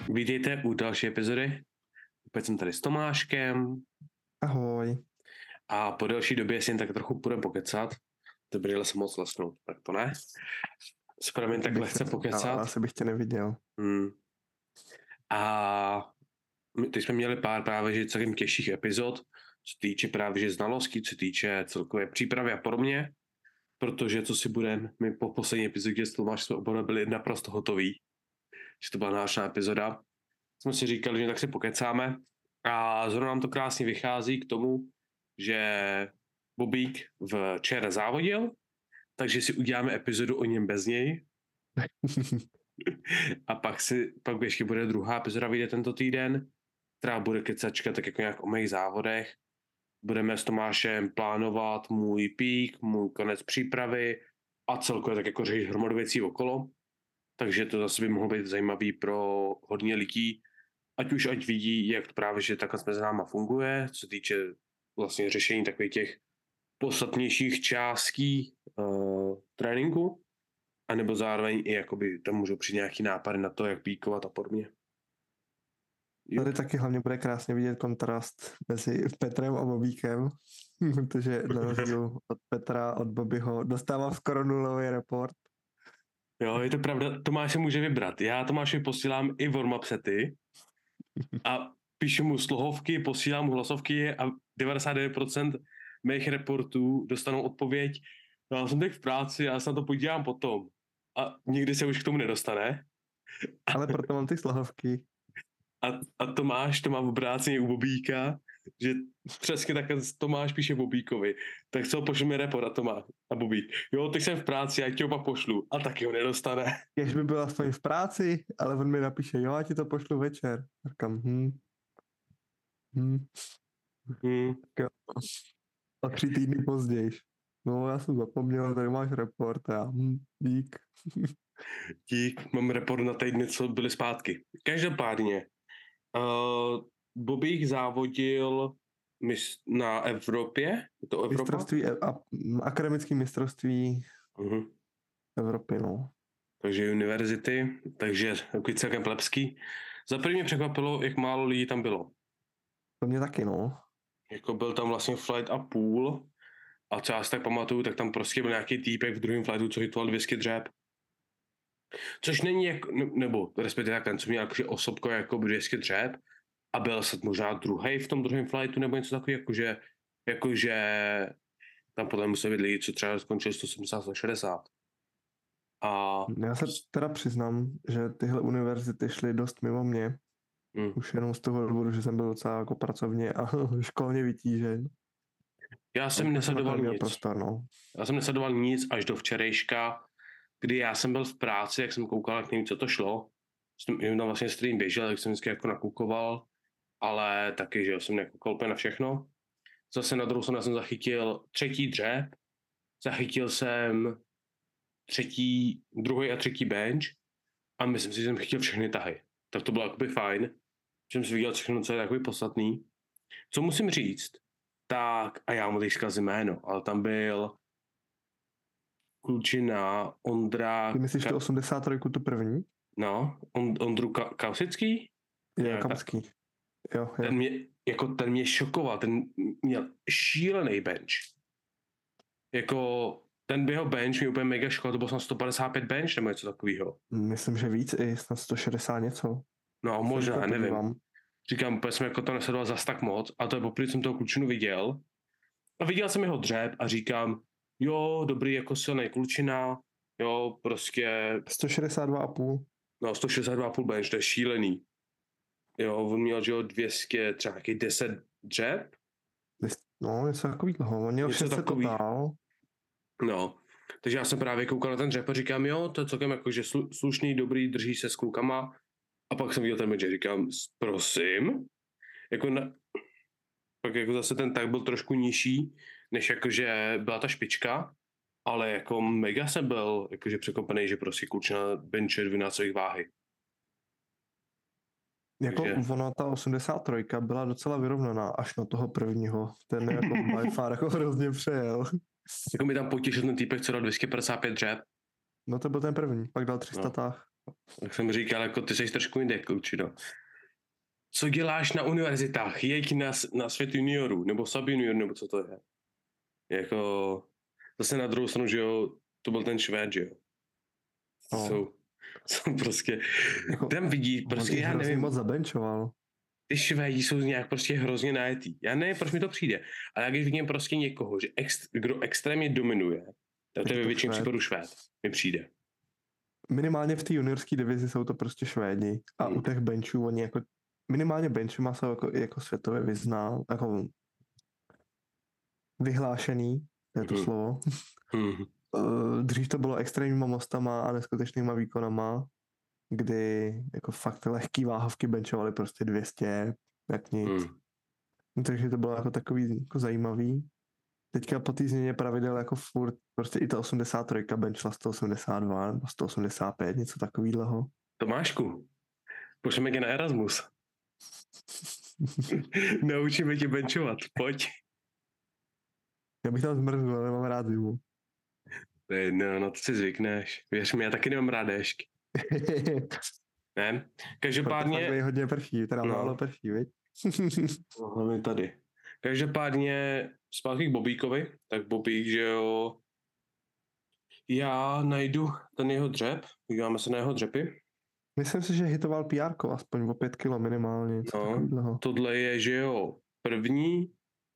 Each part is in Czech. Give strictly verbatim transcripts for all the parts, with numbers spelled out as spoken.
Vítejte u další epizody. Opět jsem tady s Tomáškem. Ahoj. A po delší době si jen tak trochu půjdeme pokecat. To brýle se moc lesnou, tak to ne. Spravím jen tak lehce pokecat. Asi bych tě neviděl. Hmm. A teď jsme měli pár právě že celým těžších epizod, co týče právě že znalostí, co týče celkové přípravy a podobně. Protože co si budeme, my po poslední epizodě s Tomášem jsme oba byli naprosto hotoví. Že to byla náročná epizoda. Jsme si říkali, že tak si pokecáme. A zrovna nám to krásně vychází k tomu, že Bobík v ČR závodil, takže si uděláme epizodu o něm bez něj. A pak si, pak ještě bude druhá epizoda, vyjde tento týden, která bude kecačka tak jako nějak o mých závodech. Budeme s Tomášem plánovat můj pík, můj konec přípravy a celkově tak jako řešit hromadu věcí okolo. Takže to zase by mohlo být zajímavý pro hodně lidí, ať už ať vidí, jak to právě, že takhle mezi náma funguje, co týče vlastně řešení takových těch podstatnějších částí uh, tréninku, anebo zároveň i jakoby tam můžou přijít nějaký nápady na to, jak píkovat a podobně. Jo. Tady taky hlavně bude krásně vidět kontrast mezi Petrem a Bobíkem, protože na rozdíl od Petra, od Bobbyho dostávám skoro nulový report. Jo, je to pravda, Tomáš se může vybrat. Já Tomášovi posílám i warm-up sety a píšu mu slohovky, posílám mu hlasovky a devadesát devět procent mých reportů dostanou odpověď, no, já jsem teď v práci, já se na to podívám potom. A nikdy se už k tomu nedostane. Ale proto mám ty slohovky. A, a Tomáš to má v obráceně u Bobíka, že přesně takhle Tomáš píše Bobíkovi. Tak co, pošlu mi report a Tomáš a Bobík. Jo, teď jsem v práci, já ti ho pak pošlu. A taky ho nedostane. Když by byl aspoň v práci, ale on mi napíše, jo, já ti to pošlu večer. Říkám, hm. Hm. Hmm. A tři týdny později. No, já jsem zapomněl, tady máš report a hm, dík. Dík, mám report na týdny, co byly zpátky. Každopádně, uh, Bobík závodil mis- na Evropě? Je to Evropa? Mistrovství, a, akademické mistrovství uh-huh. Evropy, no. Takže univerzity, takže takový celkem plebský. Za první mě překvapilo, jak málo lidí tam bylo. To mě taky, no. Jako byl tam vlastně flight a půl a co já si tak pamatuju, tak tam prostě byl nějaký týpek v druhém flightu, co hitoval dvě stě dřep. Což není jak, nebo respektive tak ten, co měl jakože osobko jako dvě stě dřep a byl se možná druhej v tom druhém flightu nebo něco takového, jakože, jakože tam podle mě museli být lidi, co třeba skončili sto sedmdesát, sto šedesát. A... Já se teda přiznám, že tyhle univerzity šly dost mimo mě. Hmm. Už jenom z toho důvodu, že jsem byl docela jako pracovně a školně vytížen. Já jsem nesledoval nic. Prostor, no. Já jsem nesledoval nic až do včerejška, kdy já jsem byl v práci, jak jsem koukal, jak nevím, co to šlo. Jsem tam vlastně stream běžel, tak jsem vždycky jako nakukoval, ale taky, že jsem nekoukal úplně na všechno. Zase na druhou stranu jsem zachytil třetí dřep, zachytil jsem třetí, druhý a třetí bench a myslím si, že jsem chytil všechny tahy. Tak to bylo jakoby fajn, že jsem si viděl všechno, co je takový podstatný. Co musím říct, tak, a já mu teď zkazím jméno, ale tam byl klučina Ondra... Ty myslíš Ka- to osmdesát tři, tu první? No, on, Ondru Ka- Kausický? Jo, Kausický. Jo, jo. Ten mě, jako ten mě šokoval, ten měl šílený bench. Jako ten jeho bench mě úplně mega škoda, to bylo snad sto padesát pět bench nebo něco takového. Myslím, že víc i snad sto šedesát něco. No, možná, nevím. Říkám, úplně jsem jako to nesledoval zas tak moc a to je poprvé, jsem toho klučinu viděl. A viděl jsem jeho dřep a říkám, jo, dobrý, jako silnej klučina, jo, prostě... sto šedesát dva a půl. No, sto šedesát dva a půl bench, to je šílený. Jo, on měl, že jo, dvě stě, třeba nějaký deset dřep. No, něco takového, on měl šest set totál. No, takže já jsem právě koukal na ten dřep a říkám, jo, to je celkem jakože slu, slušný, dobrý, drží se s klukama. A pak jsem viděl ten bench a říkám, prosím, jako na... Pak jako zase ten tak byl trošku nižší, než jakože byla ta špička, ale jako mega jsem byl jakože překvapený, že prostě klučina benče dvojnásobek váhy. Jako Takže... ona, ta osmdesát tři byla docela vyrovnaná až na toho prvního. Ten jako by far jako hrozně přejel. Jako mi tam potěšil ten týpek, co dal dvě stě padesát pět dřep. No to byl ten první, pak dal tři sta no. táh. Tak jsem říkal, jako ty jsi trošku jinde, kluči, no. Co děláš na univerzitách? Jeď na, na svět juniorů, nebo subjunior, nebo co to je. Jako, zase na druhou stranu, že jo, to byl ten Švéd, že jo. No. Jsou, jsou prostě, Jako, tam vidí, on prostě i já hrozně nevím, moc zabenčoval. ty Švédi jsou nějak prostě hrozně najetý. Já nevím, proč mi to přijde, ale když vidím prostě někoho, že ex, kdo extrémně dominuje, tak to je ve to většině Švéd. případů Švéd, mi přijde. Minimálně v té juniorské divizi jsou to prostě Švédi a Hmm. u těch benchů oni jako minimálně benchuma jsou jako, jako světově vyzná, jako vyhlášený, to je to Hmm. slovo. Hmm. Eh, Dřív to bylo extrémníma mostama a neskutečnýma výkonama, kdy jako fakt lehký váhovky benchovaly prostě dvě stě, jak nic. Hmm. Takže to bylo jako takový jako zajímavý. Teďka po té změně pravidel jako furt prostě i ta osmdesát tři benchla sto osmdesát dva nebo sto osmdesát pět, něco takovýhleho. Tomášku, pošleme tě na Erasmus. Naučíme tě benchovat, pojď. Já bych tam zmrznul, ale mám rád zimu. No, no to si zvykneš. Věř mi, já taky nemám rád déšť. Ne? Každopádně... Protože hodně prší, teda No. málo prší, viď? No, hlavně tady. Každopádně zpátky k Bobíkovi, tak Bobík, že jo, já najdu ten jeho dřep, podíváme se na jeho dřepy. Myslím si, že hitoval pé erko aspoň o pět kilo minimálně, něco No, takovýhleho. tohle je, že jo, první,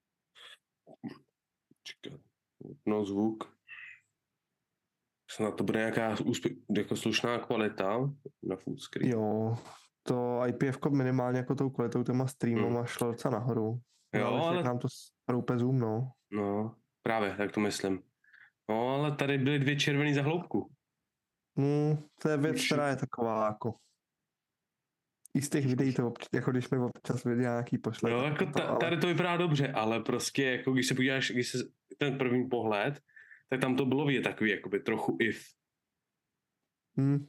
čekat, no zvuk, snad to bude nějaká úspě- jako slušná kvalita na full screen. Jo, to í pé ef minimálně jako tou kvalitou těma streamama Hmm. šlo docela nahoru. Jo, Záleží, ale... jak nám to roupe zoom, no. No, právě, tak to myslím. No, ale tady byly dvě červený za hloubku. Hmm, to je věc, Už- která je taková jako... I z těch videí to obč- jako když mi občas videa nějaký pošle. No, tak jako to, ta, ale... tady to vypadá dobře, ale prostě, jako když se podíváš, když se ten první pohled, tak tam to bylo vidět takový, jakoby trochu if. Hmm.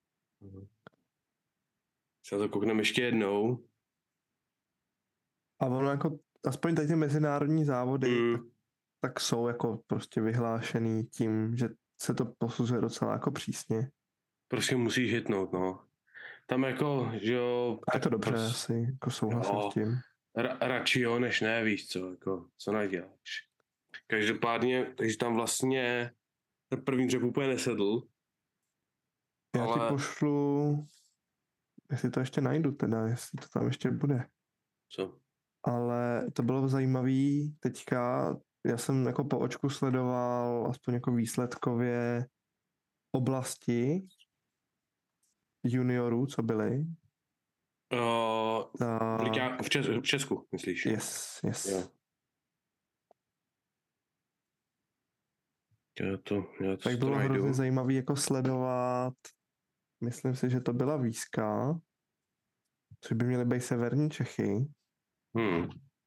Se na to koukneme ještě jednou. A ono jako, aspoň tady ty mezinárodní závody, Mm. tak, tak jsou jako prostě vyhlášený tím, že se to posuzuje docela jako přísně. Prostě musíš hitnout, no. Tam jako, že jo... A je to dobře, pros- asi jako souhlasím Jo. s tím. Ra- radši jo, než ne, víš co, jako, co naděláš. Každopádně, takže tam vlastně ten první dřep úplně nesedl. Já ale... ti pošlu, jestli to ještě najdu teda, jestli to tam ještě bude. Co? Ale to bylo zajímavý teďka, já jsem jako po očku sledoval aspoň jako výsledkově oblasti juniorů, co byly. Uh, Ta... v, Čes- v Česku, myslíš? Yes, yes. Jo. Já to, já to Tak bylo najdu. hrozně zajímavý jako sledovat, myslím si, že to byla Výska, což by měly být severní Čechy. Hmm.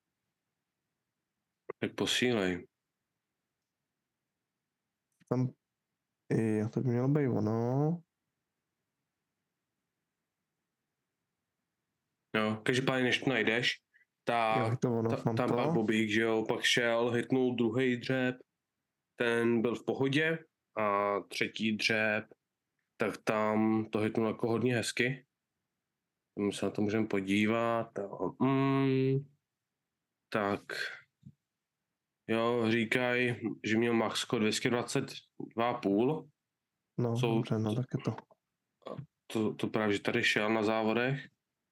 Tak posílej. Tam, jo, to by mělo být ono. Jo, každopádně, než to najdeš, tak Jo, to ono, ta, mám tam to. pak Bobík, že jo, pak šel, hitnul druhý dřep, ten byl v pohodě a třetí dřep, tak tam to hitnul jako hodně hezky. My se na to můžeme podívat. A, mm, tak jo, říkaj, že měl maxko dvě stě dvacet dva celá pět. No, Jsou- dobře, no tak je to. To, to právě, že tady šel na závodech.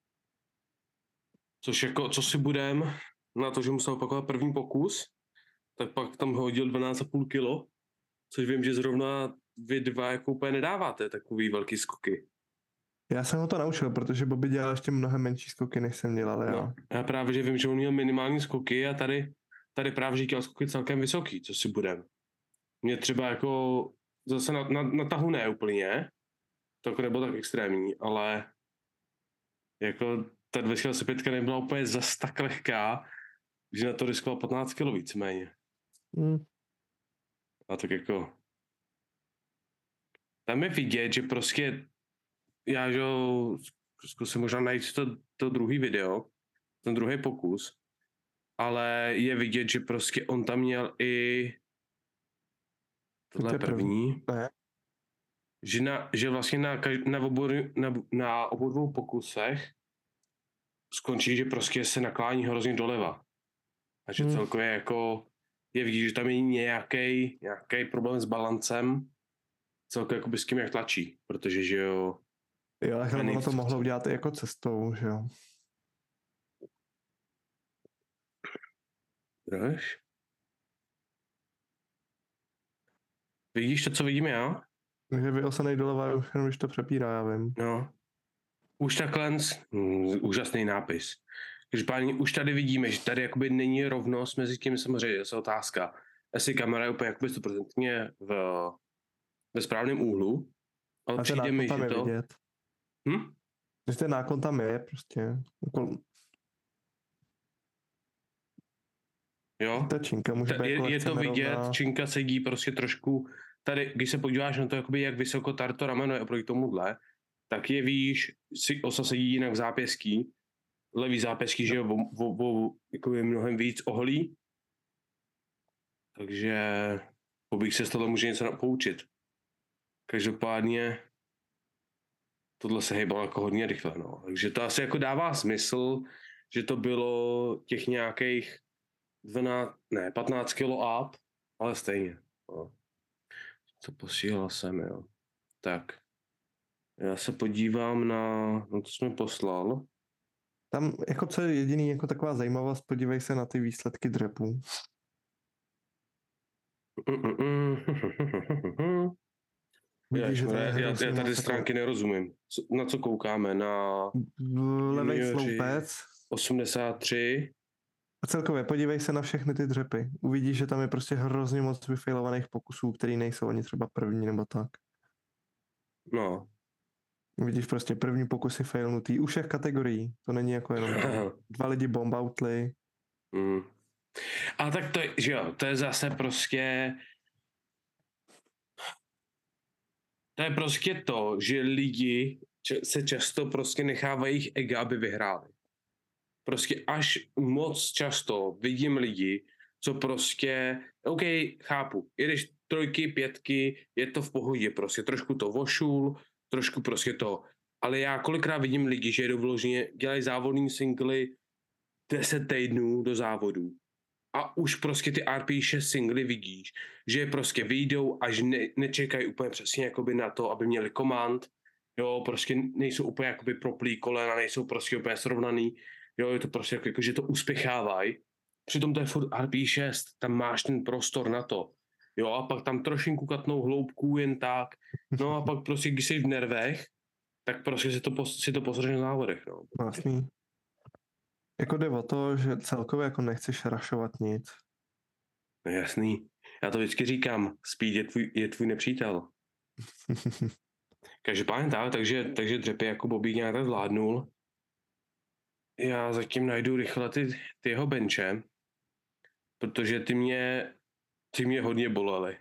Což jako, co si budem, na to, že musel opakovat první pokus, tak pak tam hodil dvanáct celá pět kilo, což vím, že zrovna vy dva jako úplně nedáváte takový velký skoky. Já jsem ho to naučil, protože Bobby dělal ještě mnohem menší skoky, než jsem dělal já. No, já právě, že vím, že on měl minimální skoky a tady, tady právě že dělal skoky celkem vysoký, co si budem. Mě třeba jako zase na, na, na tahu ne úplně, to jako nebylo tak extrémní, ale jako ta dvě stě dvacet pět nebyla úplně zas tak lehká, že na to riskoval patnáct kilo víceméně. Hmm. A tak jako tam je vidět, že prostě já, že jo, zkusím možná najít to, to druhý video, ten druhý pokus, ale je vidět, že prostě on tam měl i tohle To je první. první. Ne. že, na, že vlastně na, kaž- na, obou, na, na obou dvou pokusech skončí, že prostě se naklání hrozně doleva. A že Hmm. celkově jako je vidět, že tam je nějaký nějaký problém s balancem, celkově jakoby s tím, jak tlačí, protože že jo... Jo, ale ono nejvíc to mohlo chce. udělat i jako cestou, že jo. Proč? Vidíš to, co vidím já? Takže vyosanej doleva už jenom, když to přepírá, já vím. No. Už takhle, hm, úžasný nápis. Každopádně už tady vidíme, že tady jakoby není rovnost mezi tím, samozřejmě je to otázka, jestli kamera je úplně jakoby stoprocentně v, ve správném úhlu, ale A ten přijde nákon mi, tam že je to... vidět. Hm? Že ten nákon tam je prostě. Jako, Jo? ta činka může Ta, být jako je, je lehce to vidět, nerovná. činka sedí prostě trošku, tady, když se podíváš na to, jakoby jak vysoko tady to rameno je oproti tomuhle, tak je víš, si, osa sedí jinak v zápěstí, levý zápěstí, že je o, o, o, jako je mnohem víc oholí, takže bych se z toho může něco poučit. Každopádně tohle se hejbalo jako hodně rychle, no. Takže to asi jako dává smysl, že to bylo těch nějakých dvanáct, ne, patnáct kilo up, ale stejně. No. Co posílal jsem, jo. Tak. Já se podívám na, no to jsme poslal. Tam jako co je jediný jako taková zajímavost, podívej se na ty výsledky dřepů. Vidíš, že to je já, já, hrozně já tady moc jako stránky nerozumím. Co, na co koukáme? Na levej junioři sloupec. osmdesát tři. A celkově podívej se na všechny ty dřepy. Uvidíš, že tam je prostě hrozně moc vyfailovaných pokusů, který nejsou ani třeba první nebo tak. No. Uvidíš prostě první pokusy failnutý u všech kategorií. To není jako jenom to. Dva lidi bomboutli. Mm. A tak to je, že jo, to je zase prostě to je prostě to, že lidi se často prostě nechávají jejich ega, aby vyhráli. Prostě až moc často vidím lidi, co prostě, OK, chápu, jedeš trojky, pětky, je to v pohodě, prostě trošku to vošul, trošku prostě to, ale já kolikrát vidím lidi, že jedou vyloženě, dělají závodní singly deset týdnů do závodu a už prostě ty R P šest singly vidíš, že prostě vyjdou, až ne, nečekají úplně přesně jakoby na to, aby měli komand, jo, prostě nejsou úplně jakoby proplý kolena, nejsou prostě úplně srovnaný, jo, je to prostě jako, jako že to uspěchávají. Přitom to je furt R P šest, tam máš ten prostor na to, jo, a pak tam trošinku katnou hloubku jen tak, no a pak prostě, když jsi v nervech, tak prostě si to, si to posledně na závodech, no. Vlastně. Jako jde o to, že celkově jako nechceš rašovat nic. No jasný. Já to vždycky říkám, speed je tvůj, je tvůj nepřítel. Každopádně tak, takže, takže dřepy jako Bobík nějak tak zvládnul. Já zatím najdu rychle ty, ty jeho benče, protože ty mě, ty mě hodně bolely.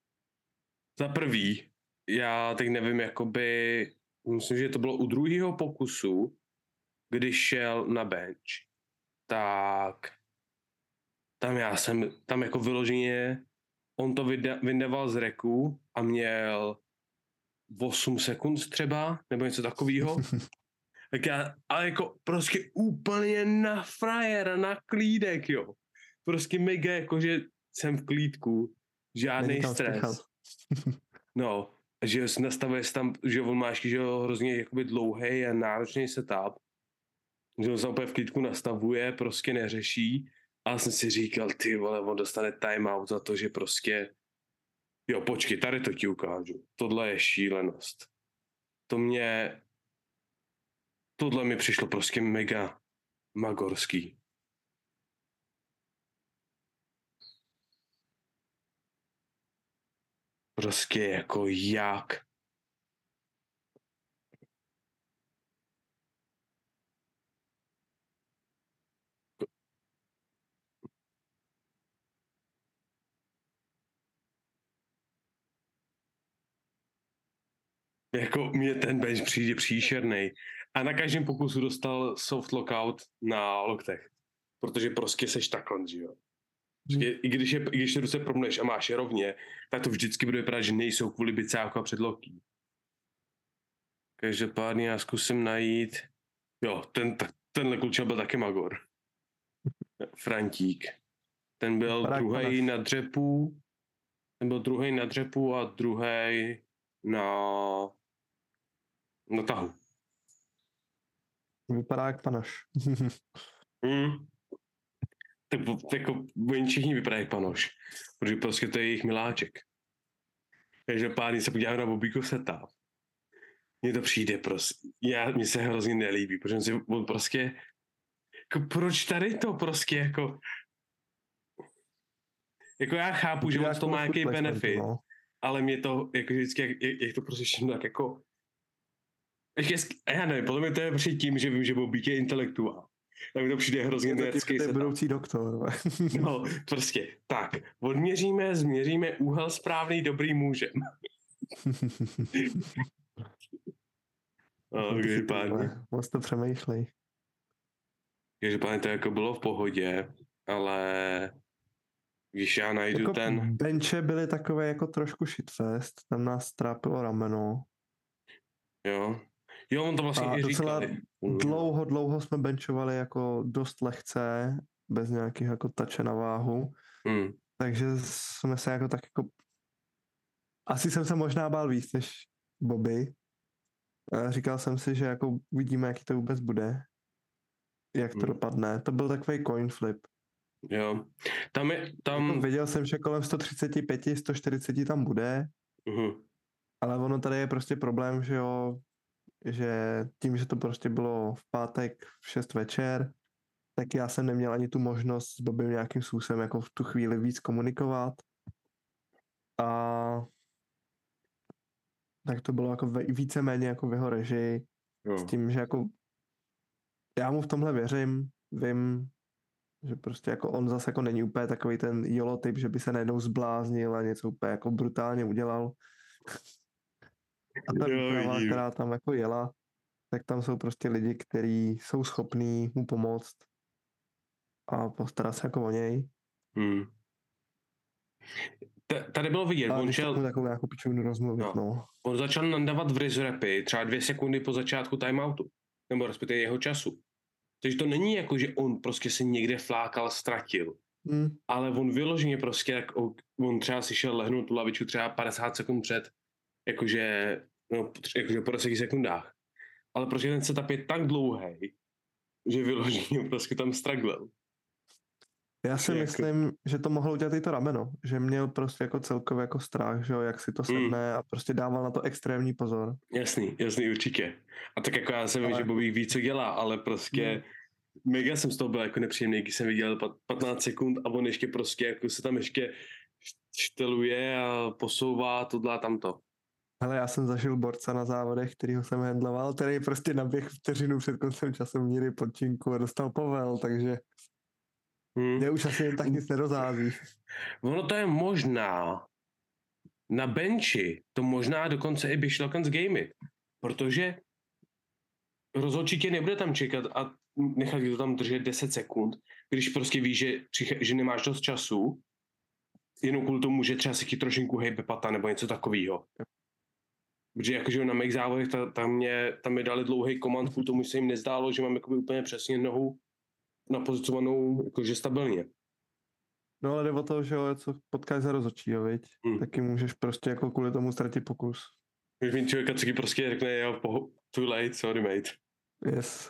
Za prvý, já teď nevím, jakoby, myslím, že to bylo u druhého pokusu, když šel na bench, tak tam já jsem, tam jako vyloženě, on to vyndával z reku a měl osm sekund třeba, nebo něco takového. Tak já, ale jako prostě úplně na frajera, na klídek, jo. Prostě mega, jako že jsem v klídku, žádný stres. No, že nastavuje se tam, že on máš, že jo, hrozně jakoby dlouhý a náročný setup, že on se úplně v klídku nastavuje, prostě neřeší. A já jsem si říkal, ty vole, on dostane timeout za to, že prostě, jo, počkej, tady to ti ukážu. Tohle je šílenost. To mě, tohle mi přišlo prostě mega magorský. Prostě jako jak? Jako mě ten bench přijde příšernej. A na každém pokusu dostal soft lockout na loktech. Protože prostě seš takhle, že jo. Hmm. I když, je, když ruce promneš a máš je rovně, tak to vždycky bude vypadat, že nejsou kvůli bicáku a předloktí. Každopádně já zkusím najít, jo, ten, tenhle klučel byl taky magor. Frantík. Ten byl druhý na dřepu, ten byl druhý na dřepu a druhý na, na tahu. Vypadá jak panaš. mm. Tak, tak jako oni všichni vypadají jak panoš, protože prostě to je jejich miláček. Každopádně se podívám na Bobíko Seta. Mně to přijde prostě, já, mně se hrozně nelíbí, protože on si on prostě, jako proč tady to prostě jako, jako já chápu, že on to má nějaký benefit, no. Ale mě to, jako vždycky, jak, jak, jak to prostě všechno tak jako, ještě, já nevím, podle mě to je prostě tím, že vím, že Bobík je intelektuál. Tak mi to přijde hrozně nerdský setup. Budoucí doktor. No, prostě, tak, odměříme, změříme úhel správný dobrý mužem. No, každopádně. Moc to přemýšlej. Každopádně to jako bylo v pohodě, ale když já najdu jako ten... Benče byly takové jako trošku shitfest, tam nás trápilo rameno. Jo. Jo, on to vlastně a i docela říkali. dlouho, dlouho jsme benchovali jako dost lehce, bez nějakých jako tače na váhu. Hmm. Takže jsme se jako tak jako... Asi jsem se možná bál víc než Bobby. Říkal jsem si, že jako uvidíme, jaký to vůbec bude. Jak to hmm. dopadne. To byl takový coin flip. Jo. Tam je... Tam... Jako věděl jsem, že kolem sto třicet pět, sto čtyřicet tam bude. Uh-huh. Ale ono tady je prostě problém, že jo, že tím, že to prostě bylo v pátek v šest večer, tak já jsem neměl ani tu možnost s Bobem nějakým způsobem jako v tu chvíli víc komunikovat. A tak to bylo jako víceméně jako v jeho režii. Jo. S tím, že jako já mu v tomhle věřím, vím, že prostě jako on zase jako není úplně takový ten jolo typ, že by se najednou zbláznil a něco úplně jako brutálně udělal. A ta výprava, která tam jako jela, tak tam jsou prostě lidi, kteří jsou schopní mu pomoct a postarat se jako o něj. Hmm. Tady bylo vidět, a on šel... takovou nějakou pičovinu rozmluvit, no. no. On začal nandávat v rizrapy třeba dvě sekundy po začátku timeoutu, nebo respektive jeho času. Takže to není jako, že on prostě se někde flákal, ztratil. Hmm. Ale on vyloženě prostě, jak on třeba si šel lehnout tu lavičku třeba padesát sekund před, jakože, no, jakože po deseti sekundách. Ale prostě ten setup je tak dlouhý, že vyloženě prostě tam strugglel. Já si jako... myslím, že to mohlo udělat i to rameno, že měl prostě jako celkově jako strach, že jo, jak si to sedne mm. a prostě dával na to extrémní pozor. Jasný, jasný, určitě. A tak jako já jsem ale... že Bobík ví, co dělá, ale prostě mm. mega jsem z toho byl jako nepříjemný, když jsem viděl patnáct sekund a on ještě prostě jako se tam ještě šteluje a posouvá tohle a tamto. Hele, já jsem zažil borca na závodech, kterýho jsem handloval, který prostě naběh vteřinu před koncem časomíry počinku a dostal povel, takže Hmm. Mě už asi jen tak nic nerozhází. Ono to je možná. Na benchi to možná dokonce i by šlo z gamey. Protože rozhodčí tě nebude tam čekat a nechat to tam držet deset sekund, když prostě víš, že, že nemáš dost času, jenom kvůli tomu, že třeba si ti trošinku hejbe pata nebo něco takového. Protože jakože na mých závodech ta, tam, mě, tam mi dali dlouhý komand, kvůli tomu se jim nezdálo, že mám jakoby úplně přesně nohu napozicovanou jakože stabilně. No ale jde o to, že jo, co potkáš za rozhodčího, viď? Hmm. Taky můžeš prostě jako kvůli tomu ztratit pokus. Můžeš mít člověka, co ti prostě řekne, jo, too late, sorry mate. Yes.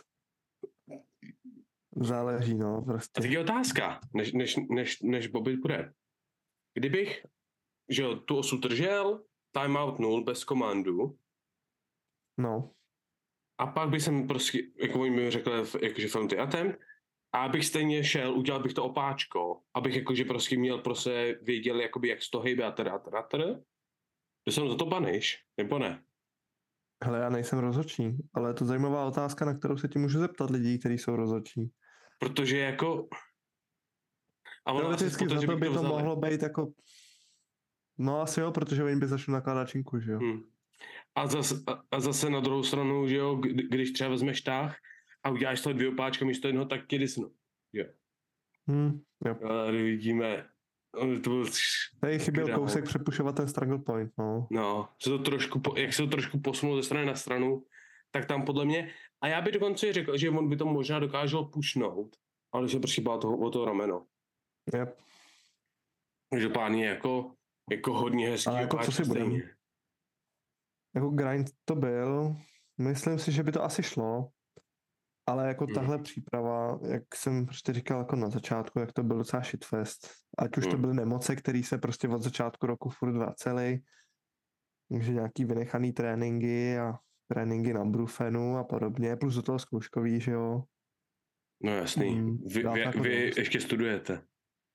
Záleží, no, prostě. A tak je otázka, než, než, než, než Bobby bude. Kdybych, že jo, tu osu držel, timeout nul, bez komandu. No. A pak bych jsem prostě, jako oni mi řekli, jakože film ty attempt, a abych stejně šel, udělal bych to opáčko, abych jakože prostě měl prostě věděl, jakoby jak z toho hejbe a teda, teda, teda. Dostanou za to baniš, nebo ne? Hele, já nejsem rozhodčí, ale je to zajímavá otázka, na kterou se ti můžu zeptat lidí, kteří jsou rozhodčí. Protože jako... A teoreticky za to by to, to mohlo být jako... No asi jo, protože oni by začali nakládat činku, že jo. Hmm. A, zas, a, a zase na druhou stranu, že jo, když třeba vezmeš táh a uděláš toho dvě opáčka místo jednoho, tak ti disnu. Jo. Hmm, jo. A tady vidíme... To byl... Tady chyběl král. Kousek přepušovat ten struggle point, no. No, se to trošku, jak se to trošku posunulo ze strany na stranu tak tam podle mě, a já bych dokonce řekl, že on by to možná dokázal pušnout, ale že prostě bál toho, o to rameno. Yep. Takže pán je jako, jako hodně hezký. Ale jako co si budem? Jako grind to byl, myslím si, že by to asi šlo, ale jako hmm. tahle příprava, jak jsem prostě říkal jako na začátku, jak to byl docela shitfest. Ať už hmm. to byly nemoce, které se prostě od začátku roku furt vracely, takže nějaký vynechaný tréninky a tréninky na brufenu a podobně, plus do toho zkouškový, že jo. No jasný, hmm, vy, vy, jako vy ještě studujete.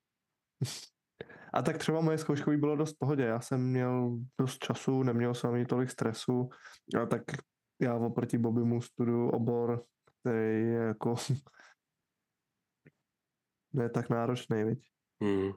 A tak třeba moje zkouškový bylo dost v pohodě, já jsem měl dost času, neměl jsem ani tolik stresu, a tak já oproti Bobbymu studuju obor, který je jako ne tak náročný, viď? Hmm.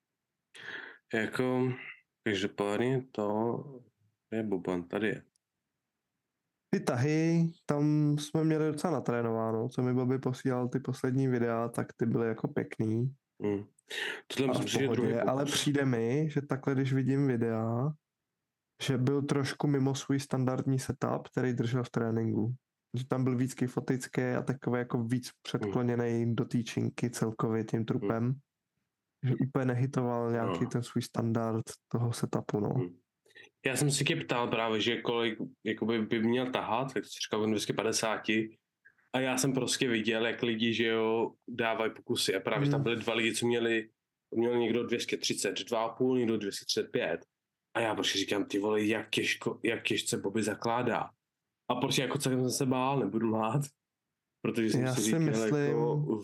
Jako, každopádně to je Boban, tady je. Ty tahy, tam jsme měli docela natrénováno, co mi Bobby posílal ty poslední videa, tak ty byly jako pěkný. Hmm. Tohle a v pohodě, ale přijde mi, že takhle, když vidím videa, že byl trošku mimo svůj standardní setup, který držel v tréninku. Že tam byl víc kyfotický a takový jako víc předkloněný hmm. do té činky celkově tím trupem. Hmm. Že úplně nehitoval nějaký no. ten svůj standard toho setupu, no. Hmm. Já jsem si tě ptal právě, že kolik jakoby by měl tahat, jak jsi říkal, dvě stě padesát. A já jsem prostě viděl, jak lidi, že jo, dávají pokusy. A právě hmm. tam byly dva lidi, co měli, měl někdo dvě stě třicet dva a půl, někdo dvě stě třicet pět. A já prostě říkám, ty vole, jak, těžko, jak těžce Bobby zakládá. A prostě jako celkem jsem se bál, nebudu lhát. Protože jsem já si, si říkal, myslím, jako...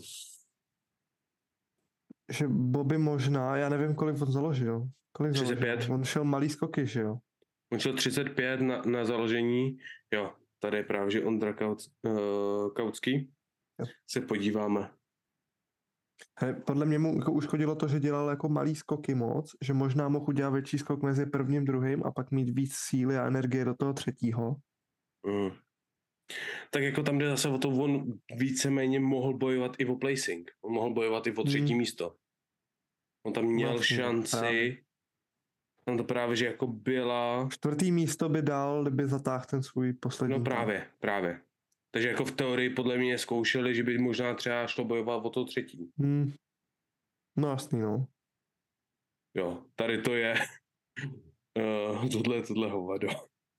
že Bobby možná, já nevím, kolik on založil. Kolik třicet pět. Založil? On šel malý skoky, že jo? On šel třicet pět na, na založení. Jo, tady je právě, že Ondra Kauc, uh, Kaucký. Jo. Se podíváme. He, podle mě mu jako uškodilo to, že dělal jako malý skoky moc, že možná mohl udělat větší skok mezi prvním a druhým a pak mít víc síly a energie do toho třetího. Mm. Tak jako tam jde zase o to, on víceméně mohl bojovat i o placing. On mohl bojovat i o třetí mm. místo. On tam měl vlastně šanci. Právě. Tam to právě, že jako byla... Čtvrtý místo by dal, kdyby zatáhl ten svůj poslední. No právě, tam. právě. Takže jako v teorii podle mě zkoušeli, že by možná třeba šlo bojovat o to třetí. Hmm. No jasný, no. Jo, tady to je uh, tohle, tohle hovado.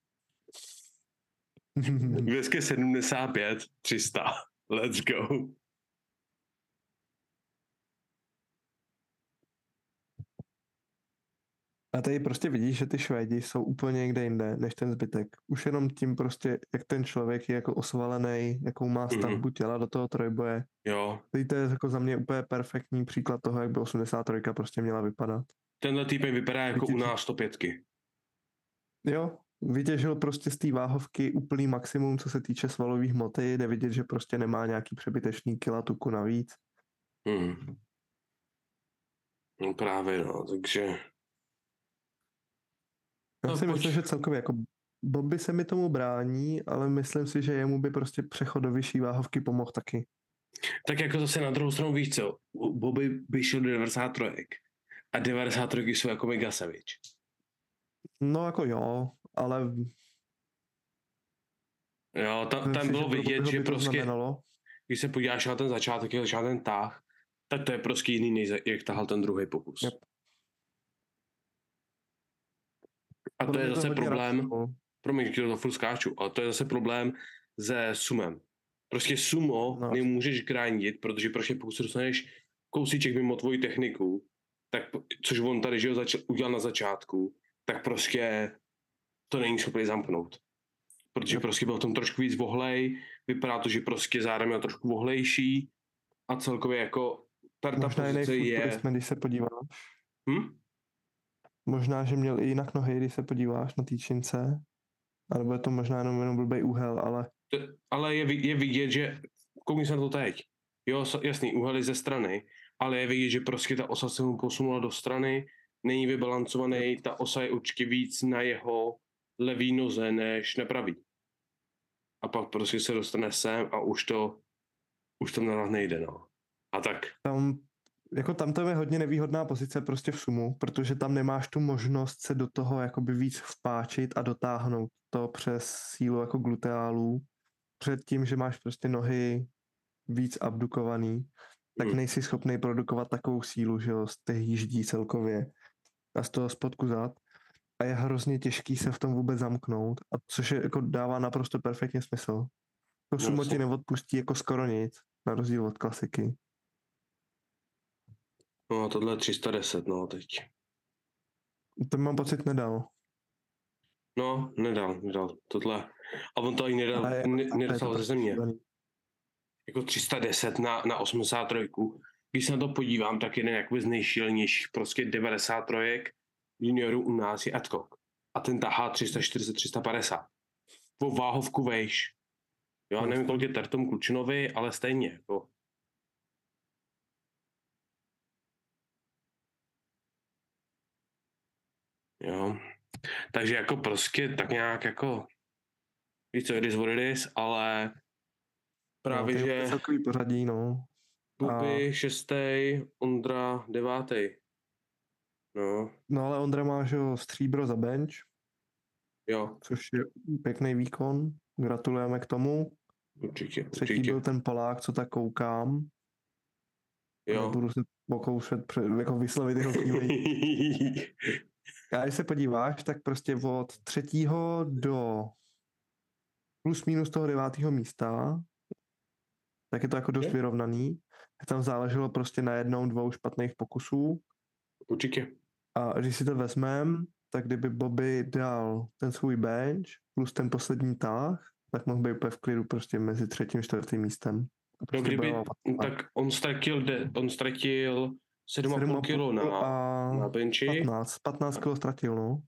dvě stě sedmdesát pět, tři sta. Let's go. A tady prostě vidíš, že ty Švédi jsou úplně někde jinde, než ten zbytek. Už jenom tím prostě, jak ten člověk je jako osvalený, jakou má stavbu těla do toho trojboje. Jo. Tady to je jako za mě úplně perfektní příklad toho, jak by osmdesát tři prostě měla vypadat. Tenhle týpek vypadá jako Vytěžil. U nás sto pět. Jo, vytěžil prostě z té váhovky úplný maximum, co se týče svalové hmoty, jde vidět, že prostě nemá nějaký přebytečný kila tuku navíc. Hmm. No právě, no, takže... Já si no, myslím, že celkově jako Bobby se mi tomu brání, ale myslím si, že jemu by prostě přechod do vyšší váhovky pomohl taky. Tak jako zase na druhou stranu víš co, Bobby by šel do devadesát tři a devadesát tři jsou jako mega savage. No jako jo, ale... Jo, tam, tam bylo vidět, že prostě, když se podíváš na ten začátek, jak ten táh, tak to je prostě jiný, než jak tahal ten druhý pokus. Yep. A to je zase problém, promiň, to furt skáču, ale to je zase problém se sumem. Prostě sumo no. nemůžeš grindit, protože prostě pokud se dostaneš kousíček mimo tvoji techniku, tak, což on tady že ho začal, udělal na začátku, tak prostě to není schopný zamknout. Protože no. prostě byl tam trošku víc vohlej, vypadá to, že prostě zároveň je trošku vohlejší a celkově jako tady ta pozice je... Když se podíváš. Hm? Možná, že měl i jinak nohy, když se podíváš na týčince. Alebo je to možná jenom, jenom blbej úhel, ale... Ale je, je vidět, že... Koukni se na to teď. Jo, jasný, úhel je ze strany, ale je vidět, že prostě ta osa se mu posunula do strany, není vybalancovaný, ta osa je určitě víc na jeho levý noze, než na pravý. A pak prostě se dostane sem a už to... Už to na nás nejde, no. A tak... Tam... Jako tam to je hodně nevýhodná pozice prostě v sumu, protože tam nemáš tu možnost se do toho jakoby víc vpáčit a dotáhnout to přes sílu jako gluteálů. před tím, že máš prostě nohy víc abdukovaný, tak Hmm. nejsi schopný produkovat takovou sílu, že jo, z těch jíždí celkově a z toho spodku zad. A je hrozně těžký se v tom vůbec zamknout, a což je, jako dává naprosto perfektně smysl. To sumo ti neodpustí jako skoro nic, na rozdíl od klasiky. No a tohle je tři sta deset, no teď. To mám pocit nedal. No, nedal, nedal, tohle. A on to ani nedal, je, ne, je nedostal to ze země. šílený. Jako tři sta deset na, na osmdesát tři. Když se na to podívám, tak jeden jakoby z nejšílenějších prostě devadesát tři juniorů u nás je Adcock. A ten tahá tři sta čtyřicet, tři sta padesát. Po váhovku vejš. Jo, No, nevím, kolik je Tertom Klučinovi, ale stejně. Jako. Jo. Takže jako prostě tak nějak jako víc co, it is what it is, ale právě, no, že celkový pořadí, no. Buby šestý, Ondra devátý. No. No ale Ondra má, že jo, stříbro za bench, Jo. což je pěkný výkon. Gratulujeme k tomu. Určitě, Třetí určitě. byl ten Polák, co tak koukám. Jo. Nebudu se pokoušet před, jako vyslovit jeho příjmení. A když se podíváš, tak prostě od třetího do plus minus toho devátého místa, tak je to jako dost je? vyrovnaný. Tam záleželo prostě na jednou, dvou špatných pokusů. Určitě. A když si to vezmeme, tak kdyby Bobby dal ten svůj bench plus ten poslední tah, tak mohl být úplně v klidu prostě mezi třetím a čtvrtým místem. No Prostě kdyby, bojoval. tak on ztratil, de, on ztratil sedm a půl kilo na, a na benchi. patnáct, patnáct kilo ztratil, no.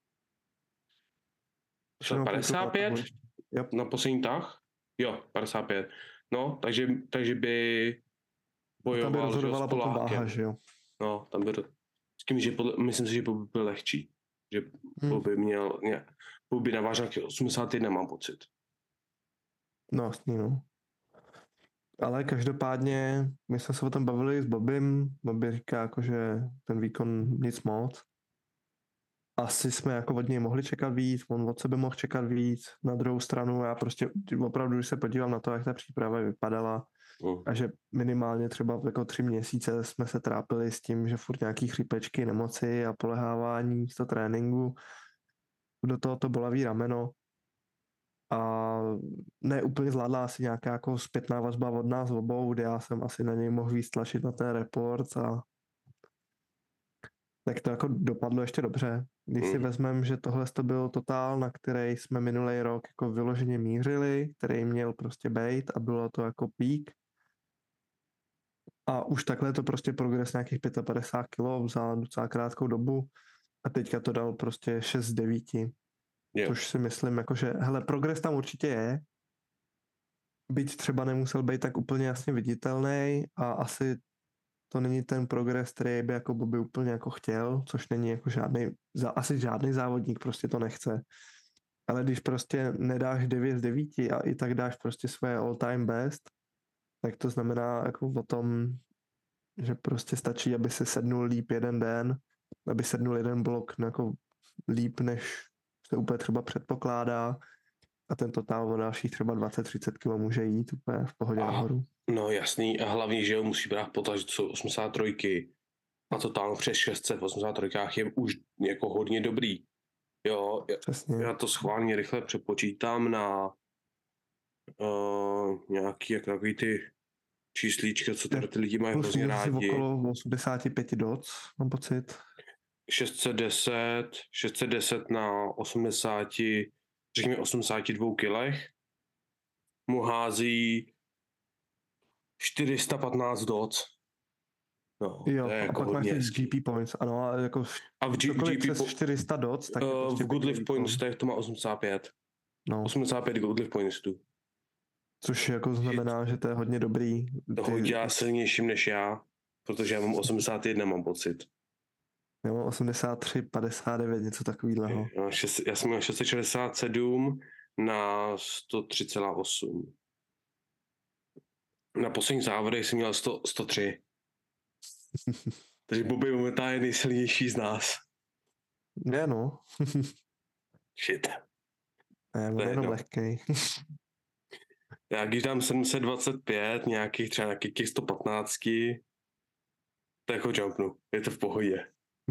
padesát pět Yep. na poslední tah? Jo, padesát pět. No, takže, takže by bojoval, tam by rozhodovala že, potom váha, že jo. No, tam by to, s tím, že podle, myslím si, že by byl lehčí. Že hmm. by měl, ne, by navážel osmdesát jedna, mám pocit. No, jasný, no. Ale každopádně, my jsme se o tom bavili s Bobem, Bobby říká jako, že ten výkon nic moc. Asi jsme jako od něj mohli čekat víc, on od sebe mohl čekat víc. Na druhou stranu já prostě opravdu, když se podívám na to, jak ta příprava vypadala, mm. a že minimálně třeba jako tři měsíce jsme se trápili s tím, že furt nějaký chřipečky, nemoci a polehávání místo tréninku. Do toho to bolavý rameno. A ne úplně zvládla asi nějaká jako zpětná vazba od nás obou, kde já jsem asi na něj mohl víc tlačit na ten report a tak to jako dopadlo ještě dobře. Když mm. si vezmeme, že tohle to byl totál, na který jsme minulý rok jako vyloženě mířili, který měl prostě bejt a bylo to jako pík. A už takhle to prostě progres nějakých padesát pět kilo za docela krátkou dobu a teďka to dal prostě šest z devíti. Yeah. Což si myslím, jako že, hele, progres tam určitě je, byť třeba nemusel být tak úplně jasně viditelný a asi to není ten progres, který by jako Bobby úplně jako chtěl, což není jako žádný, asi žádný závodník prostě to nechce. Ale když prostě nedáš devět z devíti a i tak dáš prostě své all time best, tak to znamená jako o tom, že prostě stačí, aby se sednul líp jeden den, aby sednul jeden blok jako líp, než se úplně třeba předpokládá, a ten totál o dalších třeba dvacet třicet kilo může jít úplně v pohodě a, nahoru. No jasný, a hlavně, že jo, musí brát potaz, že jsou osmdesát tři a totál přes šest set v osmdesát tři je už jako hodně dobrý. Jo, Přesně. Já to schválně rychle přepočítám na uh, nějaký, jak takový ty číslíčka, co tady ty lidi mají hrozně rádi. Okolo osmdesát pět doc, mám pocit. šest set deset, šest set deset na osmdesát, řekněme osmdesát dva kilech, mu hází čtyři sta patnáct doc. No, jo, to je a jako pak máš G P points, ano, ale jako a v G- G P přes po- čtyři sta doc, tak uh, je prostě v Goodlive Points to má osmdesát pět. No. osmdesát pět Goodlive Points tu. Což jako znamená, že to je hodně dobrý. To ho dělá silnějším než já, protože já mám osmdesát jedna, mám pocit. Já mám osmdesát tři padesát devět, něco takového. Já, já jsem měl šest set šedesát sedm na sto tři celá osm. Na posledních závodech jsem měl sto, sto tři. Takže Bobby momentálně je nejsilnější z nás. Ne, no. Shit. Ne, on je jenom lehkej. Já když dám sedm set dvacet pět, nějakých třeba nějakých těch sto patnáct, tak ho jumpnu, je to v pohodě.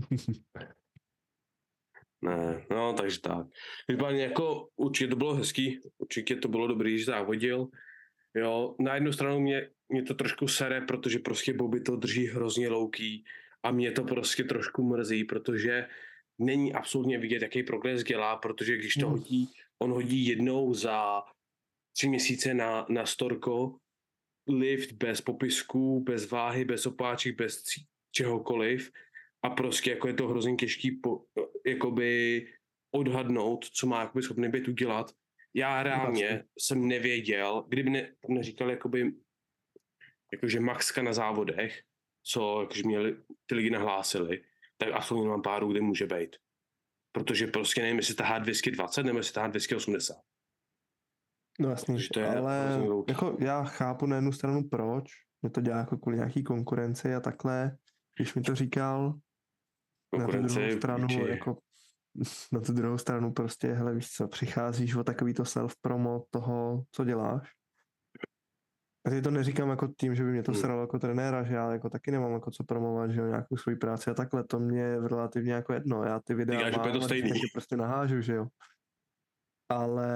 Ne, no takže tak. Vypadně jako určitě to bylo hezký, určitě to bylo dobrý, že závodil. Jo, na jednu stranu mě, mě to trošku sere, protože prostě Bobby to drží hrozně louký a mě to prostě trošku mrzí, protože není absolutně vidět, jaký progres dělá, protože když to hodí, on hodí jednou za tři měsíce na, na storko, lift bez popisků, bez váhy, bez opáček, bez cí, čehokoliv a prostě jako je to hrozně těžký po, jakoby odhadnout, co má jakoby schopný být udělat. Já reálně vlastně jsem nevěděl, kdyby ne, neříkal jakoby jakože Maxka na závodech, co jakože měli, ty lidi nahlásili, tak absolutně mám páru, kde může být. Protože prostě nevím, jestli tahá dvě stě dvacet nebo jestli tahá dvě stě osmdesát. No jasně, ale jako já chápu na jednu stranu proč, že to dělá jako kvůli nějaký konkurenci a takhle, když mi to říkal, na tu druhou stranu či... jako na tu druhou stranu prostě, hele víš co, přicházíš o takový to self-promo toho, co děláš. A ty to neříkám jako tím, že by mě to sralo jako trenéra, že já jako taky nemám jako co promovat, že jo, nějakou svoji práci a takhle, to mě je relativně jako jedno, já ty videa Říkáš, mám to stejný. a prostě nahážu, že jo. Ale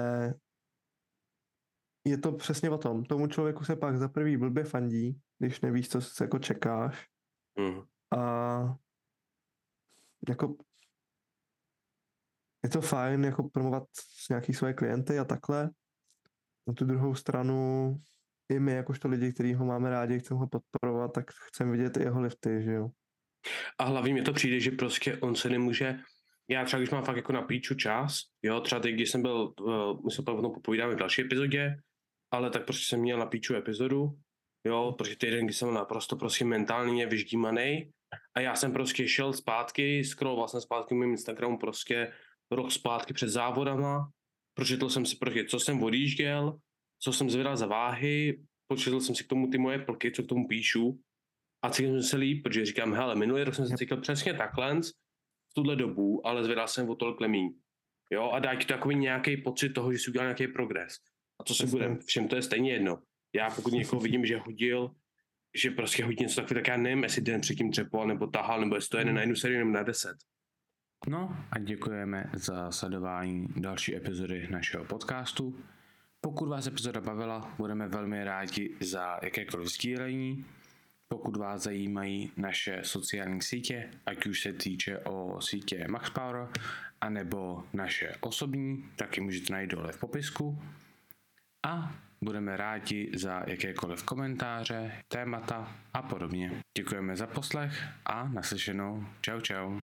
je to přesně o tom, tomu člověku se pak za prvý blbě fandí, když nevíš, co se jako čekáš. Mm. A jako je to fajn jako promovat s nějaký své klienty a takhle. Na tu druhou stranu i my, jakožto lidi, kteří ho máme rádi, chceme ho podporovat, tak chceme vidět i jeho lifty, že jo. A hlavně mi to přijde, že prostě on se nemůže, já třeba když mám fakt jako na píču čas, jo, třeba teď, když jsem byl, uh, my se potom popovídáme v další epizodě, ale tak prostě jsem měl na píču epizodu, jo, protože týden, kdy jsem naprosto prostě mentálně vyždímanej a já jsem prostě šel zpátky, scrolloval jsem zpátky mým Instagramu prostě rok zpátky před závodama, pročetl jsem si prostě, co jsem odjížděl, co jsem zvedal za váhy, početl jsem si k tomu ty moje plky, co k tomu píšu a cítil jsem se líp, protože říkám, hele, minulý rok jsem se cítil přesně takhle v tuhle dobu, ale zvedal jsem o tolik lemí. Jo, a dá ti to takový nějaký pocit toho, že jsi udělal nějaký progres. A co si budem, všem to je stejně jedno. Já pokud někoho vidím, že hodil, že prostě hodí něco takový, tak já nevím, jestli den předtím třepoval, nebo tahal, nebo jestli to jede na jednu sérii, nebo na deset. No a děkujeme za sledování další epizody našeho podcastu. Pokud vás epizoda bavila, budeme velmi rádi za jakékoliv sdílení. Pokud vás zajímají naše sociální sítě, ať už se týče o sítě MaxPower, anebo naše osobní, taky můžete najít dole v popisku. A budeme rádi za jakékoliv komentáře, témata a podobně. Děkujeme za poslech a naslyšenou. Čau čau.